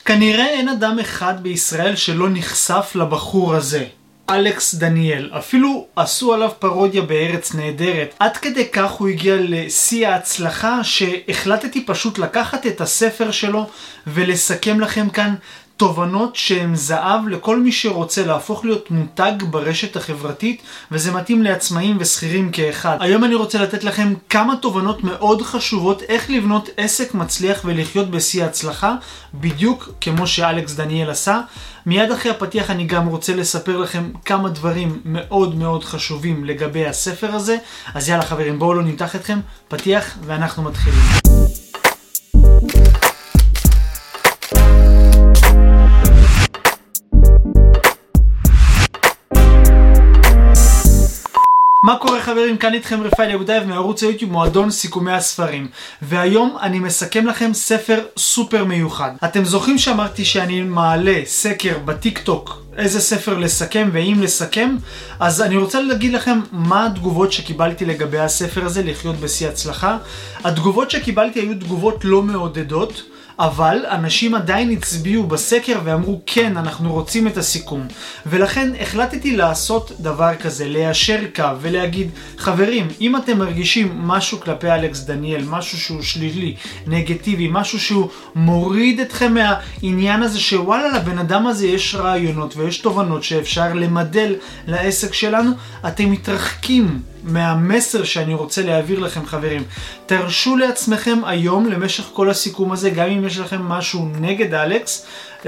כנראה אין אדם אחד בישראל שלא נחשף לבחור הזה, אלכס דניאל. אפילו עשו עליו פרודיה בארץ נהדרת. עד כדי כך הוא הגיע לשיא ההצלחה שהחלטתי פשוט לקחת את הספר שלו ולסכם לכם כאן תובנות שהן זהב לכל מי שרוצה להפוך להיות מותג ברשת החברתית, וזה מתאים לעצמאים ושכירים כאחד. היום אני רוצה לתת לכם כמה תובנות מאוד חשובות איך לבנות עסק מצליח ולחיות בשיא ההצלחה, בדיוק כמו שאלכס דניאל עשה. מיד אחרי הפתיח אני גם רוצה לספר לכם כמה דברים מאוד מאוד חשובים לגבי הספר הזה. אז יאללה חברים, בואו לא נמתח אתכם, פתיח ואנחנו מתחילים. מה קורה חברים? כאן איתכם רפאל יהודאייב מערוץ היוטיוב מועדון סיכומי הספרים, והיום אני מסכם לכם ספר סופר מיוחד. אתם זוכרים שאמרתי שאני מעלה סקר בטיק טוק איזה ספר לסכם ואם לסכם? אז אני רוצה להגיד לכם מה התגובות שקיבלתי לגבי הספר הזה, לחיות בשיא הצלחה. התגובות שקיבלתי היו תגובות לא מעודדות, אבל אנשים עדיין הצביעו בסקר ואמרו כן, אנחנו רוצים את הסיכום. ולכן החלטתי לעשות דבר כזה, ליישר קו ולהגיד, חברים, אם אתם מרגישים משהו כלפי אלכס דניאל, משהו שהוא שלילי, נגטיבי, משהו שהוא מוריד אתכם מהעניין הזה שוואלה, לבן אדם הזה יש רעיונות ויש תובנות שאפשר למדל לעסק שלנו, אתם מתרחקים מהמסר שאני רוצה להעביר לכם חברים. תרשו לעצמכם היום למשך כל הסיכום הזה, גם אם יש לכם משהו נגד אלכס,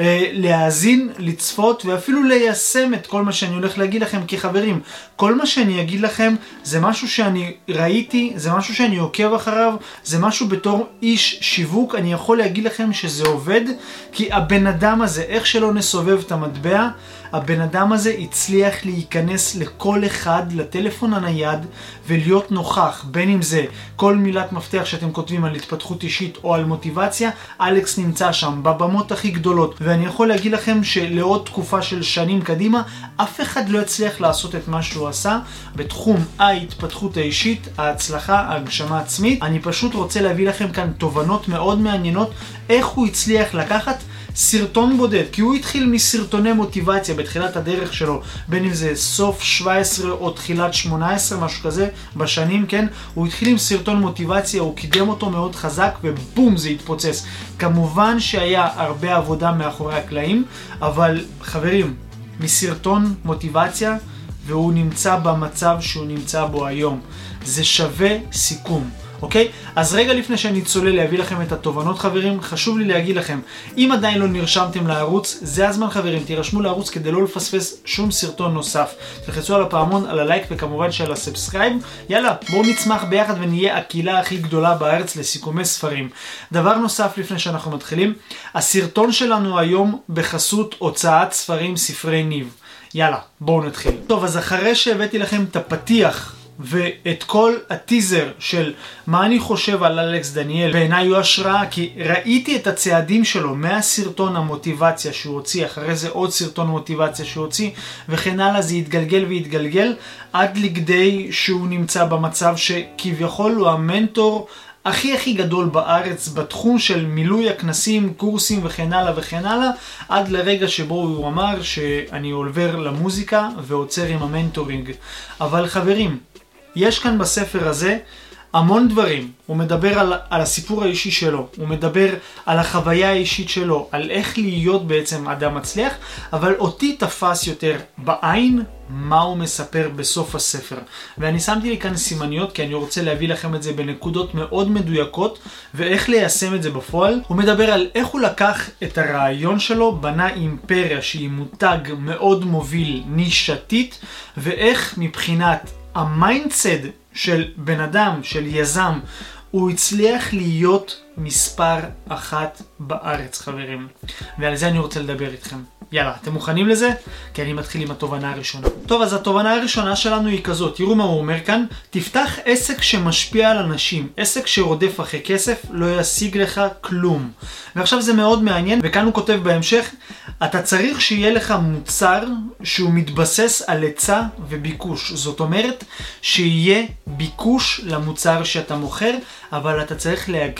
להאזין, לצפות ואפילו ליישם את כל מה שאני הולך להגיד לכם. כי חברים, כל מה שאני אגיד לכם זה משהו שאני ראיתי, זה משהו שאני עוקב אחריו, זה משהו בתור איש שיווק, אני יכול להגיד לכם שזה עובד, כי הבן אדם הזה, איך שלא נסובב את המטבע, הבן אדם הזה הצליח להיכנס לכל אחד לטלפון הנייד ולהיות נוכח, בין אם זה כל מילת מפתח שאתם כותבים על התפתחות אישית או על מוטיבציה, אלכס נמצא שם בבמות הכי גדולות. ואני יכול להגיד לכם שלעוד תקופה של שנים קדימה, אף אחד לא יצליח לעשות את מה שהוא עשה בתחום ההתפתחות האישית, ההצלחה, ההגשמה עצמית. אני פשוט רוצה להביא לכם כאן תובנות מאוד מעניינות, איך הוא הצליח לקחת סרטון בודד, כי הוא התחיל מסרטוני מוטיבציה בתחילת הדרך שלו, בין אם זה סוף 17 או תחילת 18, משהו כזה בשנים, כן? הוא התחיל עם סרטון מוטיבציה, הוא קידם אותו מאוד חזק ובום, זה התפוצץ. כמובן שהיה הרבה עבודה מאחורי הקלעים, אבל חברים, מסרטון מוטיבציה והוא נמצא במצב שהוא נמצא בו היום. זה שווה סיכום. אוקיי? אז רגע לפני שאני צולל להביא לכם את התובנות חברים, חשוב לי להגיד לכם, אם עדיין לא נרשמתם לערוץ, זה הזמן חברים, תירשמו לערוץ כדי לא לפספס שום סרטון נוסף. תלחצו על הפעמון, על הלייק וכמובן שעל הסאבסקרייב. יאללה, בואו נצמח ביחד ונהיה הקהילה הכי גדולה בארץ לסיכומי ספרים. דבר נוסף לפני שאנחנו מתחילים, הסרטון שלנו היום בחסות הוצאת ספרים ספרי ניב. יאללה, בואו נתחיל. טוב, אז אחרי שהבאתי לכם את הפתיח ואת כל הטיזר של מה אני חושב על אלכס דניאל, בעיניי הוא השראה, כי ראיתי את הצעדים שלו מהסרטון המוטיבציה שהוא הוציא, אחרי זה עוד סרטון מוטיבציה שהוא הוציא, וכן הלאה, זה יתגלגל ויתגלגל עד לכדי שהוא נמצא במצב שכביכול הוא המנטור הכי גדול בארץ בתחום של מילוי הכנסים, קורסים וכן הלאה וכן הלאה, עד לרגע שבו הוא אמר שאני עובר למוזיקה ועוצר עם המנטורינג. אבל חברים, יש כאן בספר הזה המון דברים. הוא מדבר על הסיפור האישי שלו, הוא מדבר על החוויה האישית שלו, על איך להיות בעצם אדם מצליח, אבל אותי תפס יותר בעין מה הוא מספר בסוף הספר. ואני שמתי לי כאן סימניות כי אני רוצה להביא לכם את זה בנקודות מאוד מדויקות, ואיך ליישם את זה בפועל. הוא מדבר על איך הוא לקח את הרעיון שלו, בנה אימפריה שהיא מותג מאוד מוביל נישתית, ואיך מבחינת המיינדסט של בן אדם, של יזם, הוא הצליח להיות מספר אחת בארץ חברים. ועל זה אני רוצה לדבר איתכם. יאללה, אתם מוכנים לזה? כי אני מתחיל עם התובנה הראשונה. טוב, אז התובנה הראשונה שלנו היא כזאת. תראו מה הוא אומר כאן. תפתח עסק שמשפיע על אנשים. עסק שרודף אחרי כסף לא ישיג לך כלום. ועכשיו זה מאוד מעניין, וכאן הוא כותב בהמשך, אתה צריך שיהיה לך מוצר שהוא מתבסס על היצע וביקוש. זאת אומרת שיהיה ביקוש למוצר שאתה מוכר, אבל אתה צריך להגביל את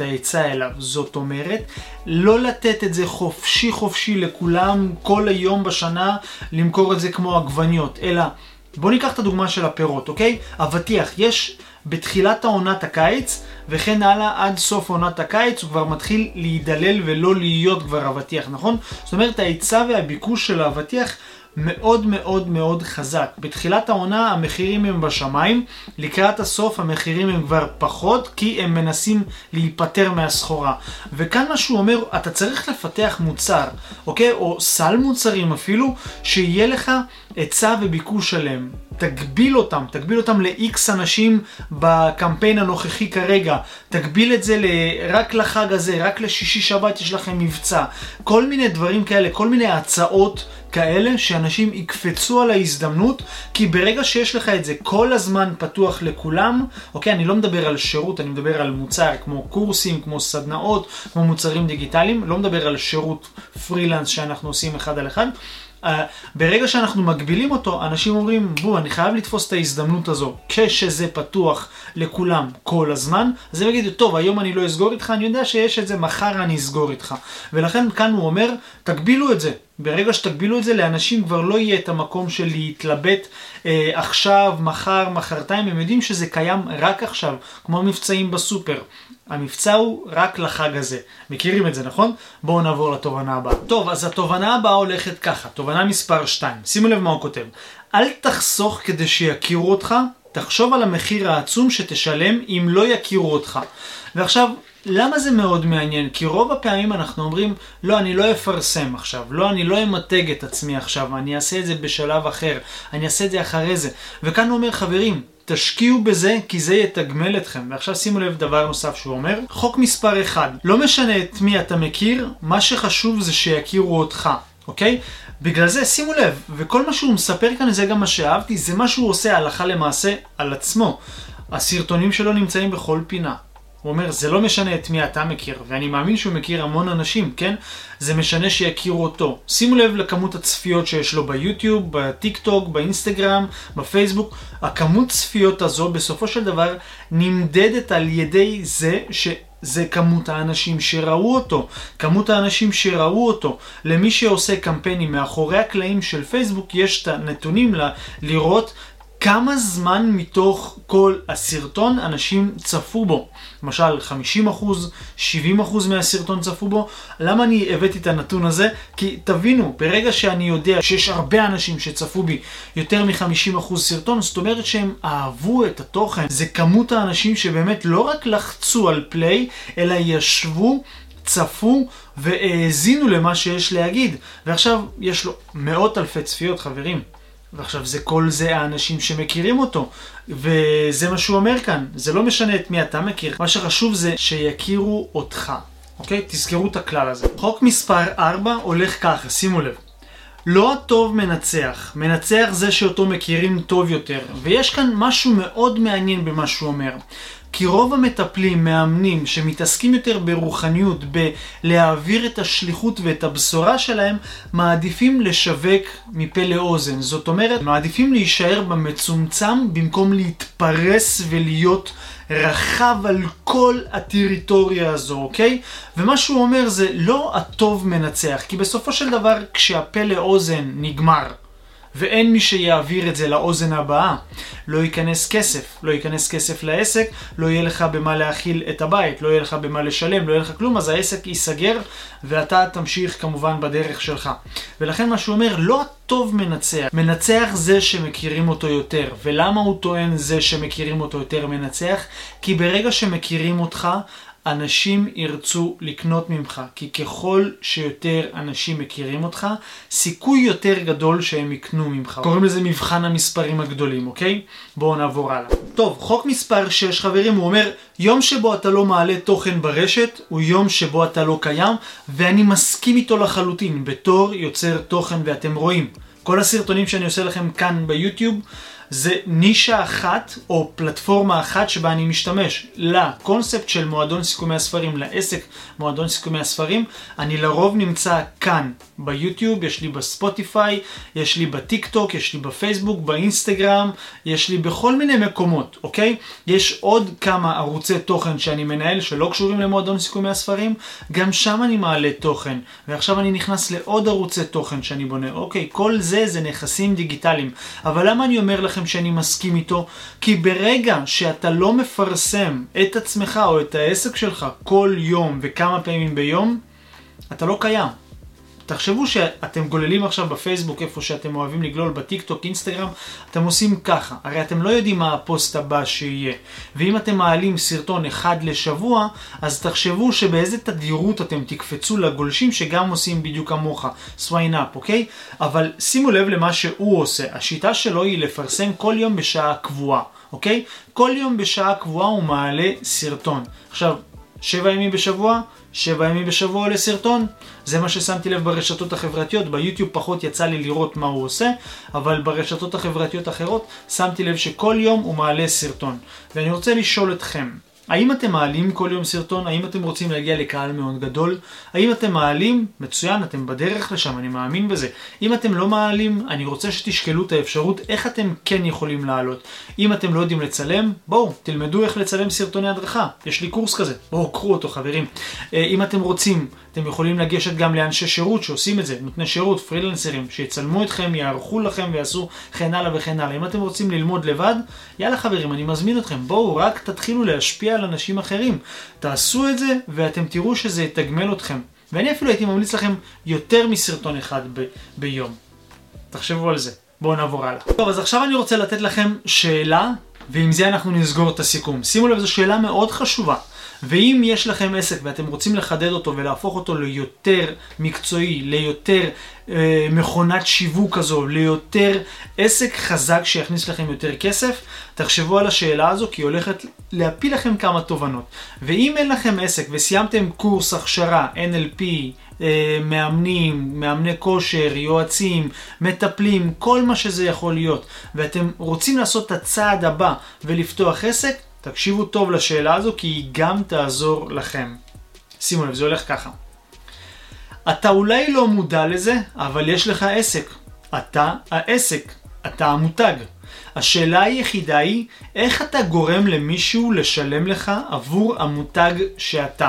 העצה אליו. זאת אומרת, לא לתת את זה חופשי לכולם כל היום בשנה, למכור את זה כמו עגבניות, אלא בוא ניקח את הדוגמה של הפירות, אוקיי? אבטיח, יש בתחילת העונת הקיץ, וכן הלאה עד סוף עונת הקיץ, הוא כבר מתחיל להידלל ולא להיות כבר אבטיח, נכון? זאת אומרת, ההיצע והביקוש של האבטיח מאוד מאוד מאוד חזק. בתחילת העונה המחירים הם בשמיים, לקראת הסוף המחירים הם כבר פחות, כי הם מנסים להיפטר מהסחורה. וכאן מה שהוא אומר, אתה צריך לפתח מוצר, אוקיי? או סל מוצרים אפילו, שיהיה לך היצע וביקוש עליהם. תגביל אותם ל-X אנשים בקמפיין הנוכחי כרגע. תגביל את זה רק לחג הזה, רק לשישי שבת יש לכם מבצע. כל מיני דברים כאלה, כל מיני הצעות כאלה שאנשים יקפצו על ההזדמנות, כי ברגע שיש לך את זה כל הזמן פתוח לכולם, אוקיי, אני לא מדבר על שירות, אני מדבר על מוצר כמו קורסים, כמו סדנאות, כמו מוצרים דיגיטליים, לא מדבר על שירות פרילנס שאנחנו עושים אחד על אחד. ברגע שאנחנו מגבילים אותו, אנשים אומרים, אני חייב לתפוס את ההזדמנות הזו, כשזה פתוח לכולם כל הזמן, אז הם יגידו, טוב, היום אני לא אסגור איתך, אני יודע שיש את זה, מחר אני אסגור איתך. ולכן כאן הוא אומר, תגבילו את זה. ברגע שתגבילו את זה, לאנשים כבר לא יהיה את המקום של להתלבט עכשיו, מחר, מחרתיים, הם יודעים שזה קיים רק עכשיו, כמו מבצעים בסופר. המבצע הוא רק לחג הזה. מכירים את זה, נכון? בואו נעבור לתובנה הבאה. טוב, אז התובנה הבאה הולכת ככה. תובנה מספר 2. שימו לב מה הוא כותב. אל תחסוך כדי שיכירו אותך, תחשוב על המחיר העצום שתשלם אם לא יכירו אותך. ועכשיו, למה זה מאוד מעניין? כי רוב הפעמים אנחנו אומרים, לא, אני לא אפרסם עכשיו, לא, אני לא אמתג את עצמי עכשיו, אני אעשה את זה בשלב אחר, אני אעשה את זה אחרי זה. וכאן הוא אומר, חברים, תשקיעו בזה כי זה יתגמל אתכם. ועכשיו שימו לב דבר נוסף שהוא אומר, חוק מספר 1, לא משנה את מי אתה מכיר, מה שחשוב זה שיכירו אותך, אוקיי? בגלל זה שימו לב, וכל מה שהוא מספר כאן, זה גם מה שאהבתי, זה מה שהוא עושה הלכה למעשה על עצמו. הסרטונים שלו נמצאים בכל פינה. הוא אומר, זה לא משנה את מי אתה מכיר, ואני מאמין שהוא מכיר המון אנשים, כן? זה משנה שיכירו אותו. שימו לב לכמות הצפיות שיש לו ביוטיוב, בטיק טוק, באינסטגרם, בפייסבוק. הכמות צפיות הזו בסופו של דבר נמדדת על ידי זה כמות האנשים שראו אותו. כמות האנשים שראו אותו. למי שעושה קמפיינים מאחורי הקלעים של פייסבוק, יש את הנתונים לראות כמה זמן מתוך כל הסרטון אנשים צפו בו. למשל 50%, 70% מהסרטון צפו בו. למה אני הבאתי את הנתון הזה? כי תבינו, ברגע שאני יודע שיש הרבה אנשים שצפו בי יותר מ-50% סרטון, זאת אומרת שהם אהבו את התוכן. זה כמות האנשים שבאמת לא רק לחצו על פליי, אלא ישבו, צפו והאזינו למה שיש להגיד. ועכשיו יש לו מאות אלפי צפיות, חברים. ועכשיו כל זה האנשים שמכירים אותו, וזה מה שהוא אומר כאן, זה לא משנה את מי אתה מכיר, מה שחשוב זה שיכירו אותך, אוקיי? תזכרו את הכלל הזה. חוק מספר 4 הולך ככה, שימו לב. לא הטוב מנצח, מנצח זה שאותו מכירים טוב יותר, ויש כאן משהו מאוד מעניין במה שהוא אומר. כי רוב המטפלים, מאמנים, שמתעסקים יותר ברוחניות, בלהעביר את השליחות ואת הבשורה שלהם, מעדיפים לשווק מפה לאוזן. זאת אומרת, מעדיפים להישאר במצומצם במקום להתפרס ולהיות רחב על כל הטריטוריה הזו, אוקיי? ומה שהוא אומר זה לא הטוב מנצח, כי בסופו של דבר כשהפה לאוזן נגמר, ואין מי שיעביר את זה לאוזן הבאה, לא ייכנס כסף, לא ייכנס כסף לעסק, לא יהיה לך במה להכיל את הבית, לא יהיה לך במה לשלם, לא יהיה לך כלום, אז העסק ייסגר ואתה תמשיך כמובן בדרך שלך. ולכן מה שהוא אומר, לא הטוב מנצח, מנצח זה שמכירים אותו יותר. ולמה הוא טוען זה שמכירים אותו יותר מנצח? כי ברגע שמכירים אותך, אנשים ירצו לקנות ממך, כי ככל שיותר אנשים מכירים אותך, סיכוי יותר גדול שהם יקנו ממך. קוראים לזה מבחן המספרים הגדולים, אוקיי? בואו נעבור הלאה. טוב, חוק מספר 6, חברים, הוא אומר, יום שבו אתה לא מעלה תוכן ברשת, הוא יום שבו אתה לא קיים, ואני מסכים איתו לחלוטין, בתור יוצר תוכן, ואתם רואים. כל הסרטונים שאני עושה לכם כאן ביוטיוב, זה נישה אחת או פלטפורמה אחת שבה אני משתמש. לקונספט של מועדון סיכומי הספרים, לעסק מועדון סיכומי הספרים, אני לרוב נמצא כאן ביוטיוב, יש לי בספוטיפיי, יש לי בטיק טוק, יש לי בפייסבוק, באינסטגרם, יש לי בכל מיני מקומות, אוקיי? יש עוד כמה ערוצי תוכן שאני מנהל שלא קשורים למועדון סיכומי הספרים, גם שם אני מעלה תוכן, ועכשיו אני נכנס לעוד ערוצי תוכן שאני בונה, אוקיי? כל זה נכסים דיגיטליים. אבל למה אני אומר לכם שאני מסכים איתו? כי ברגע שאתה לא מפרסם את עצמך או את העסק שלך כל יום וכמה פעמים ביום, אתה לא קיים. תחשבו שאתם גוללים עכשיו בפייסבוק, איפה שאתם אוהבים לגלול, בטיק טוק, אינסטגרם, אתם עושים ככה. הרי אתם לא יודעים מה הפוסט הבא שיהיה. ואם אתם מעלים סרטון אחד לשבוע, אז תחשבו שבאיזה תדירות אתם תקפצו לגולשים שגם עושים בדיוק כמוך. סוויין אפ, אוקיי? אבל שימו לב למה שהוא עושה. השיטה שלו היא לפרסם כל יום בשעה קבועה, אוקיי? כל יום בשעה קבועה הוא מעלה סרטון. עכשיו, 7 ימים בשבוע, 7 ימים בשבוע לסרטון. זה מה ששמתי לב ברשתות החברתיות. ביוטיוב פחות יצא לי לראות מה הוא עושה, אבל ברשתות החברתיות אחרות שמתי לב שכל יום הוא מעלה סרטון. ואני רוצה לשאול אתכם, האם אתם מעלים כל יום סרטון? האם אתם רוצים להגיע לקהל מאוד גדול? האם אתם מעלים? מצוין, אתם בדרך לשם, אני מאמין בזה. אם אתם לא מעלים, אני רוצה שתשקלו את האפשרות איך אתם כן יכולים לעלות. אם אתם לא יודעים לצלם, בואו, תלמדו איך לצלם סרטוני הדרכה. יש לי קורס כזה, בואו, קחו אותו חברים. אם אתם רוצים, אתם יכולים לגשת גם לאנשי שירות שעושים את זה, נותני שירות, פרילנסרים, שיצלמו אתכם, יערכו לכם ויעשו כן הלאה וכן הלאה. אם אתם רוצים ללמוד לבד, יאללה חברים, אני מזמין אתכם, בואו, רק תתחילו להשפיע על אנשים אחרים. תעשו את זה ואתם תראו שזה יתגמל אתכם. ואני אפילו הייתי ממליץ לכם יותר מסרטון אחד ביום. תחשבו על זה. בואו נעבור הלאה. טוב, אז עכשיו אני רוצה לתת לכם שאלה, ועם זה אנחנו נסגור את הסיכום. שימו לב, זו שאלה מאוד חשובה. ואם יש לכם עסק ואתם רוצים לחדד אותו ולהפוך אותו ליותר מקצועי, ליותר מכונת שיווק כזו, ליותר עסק חזק שיכניס לכם יותר כסף, תחשבו על השאלה הזו, כי היא הולכת להפיל לכם כמה תובנות. ואם אין לכם עסק וסיימתם קורס הכשרה, NLP, מאמנים, מאמני כושר, יועצים, מטפלים, כל מה שזה יכול להיות, ואתם רוצים לעשות את הצעד הבא ולפתוח עסק, תקשיבו טוב לשאלה הזו, כי היא גם תעזור לכם. שימו לב, זה הולך ככה. אתה אולי לא מודע לזה, אבל יש לך עסק. אתה העסק, אתה המותג. השאלה היחידה היא, איך אתה גורם למישהו לשלם לך עבור המותג שאתה?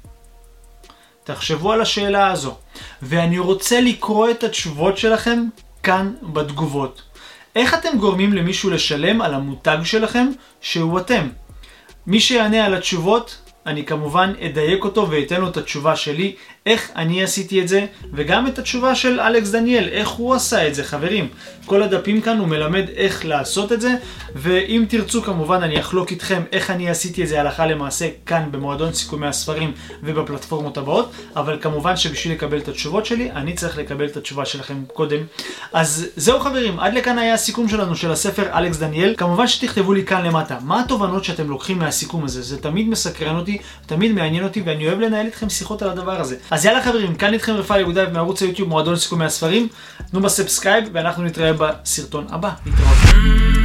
תחשבו על השאלה הזו. ואני רוצה לקרוא את התשובות שלכם כאן בתגובות. איך אתם גורמים למישהו לשלם על המותג שלכם שהוא אתם? מי שיענה על התשובות, אני כמובן אדייק אותו ואתן לו את התשובה שלי, איך אני עשיתי את זה, וגם את התשובה של אלכס דניאל, איך הוא עשה את זה, חברים. כל הדפים כאן הוא מלמד איך לעשות את זה, ואם תרצו כמובן אני אחלוק איתכם איך אני עשיתי את זה הלכה למעשה כאן במועדון סיכומי הספרים ובפלטפורמות הבאות, אבל כמובן שבשביל לקבל את התשובות שלי, אני צריך לקבל את התשובה שלכם קודם. אז זהו חברים, עד לכאן היה הסיכום שלנו של הספר אלכס דניאל. כמובן שתכתבו לי כאן למטה, מה התובנות שאתם לוקחים מהסיכום הזה? זה תמיד מסקרן אותי, תמיד מעניין אותי, ואני אוהב לנהל איתכם שיחות על הדבר הזה. אז יאללה חברים, כאן איתכם רפאל יהודאי מערוץ היוטיוב מועדון סיכומי הספרים. תנו בסאבסקרייב ואנחנו נתראה בסרטון הבא. להתראות.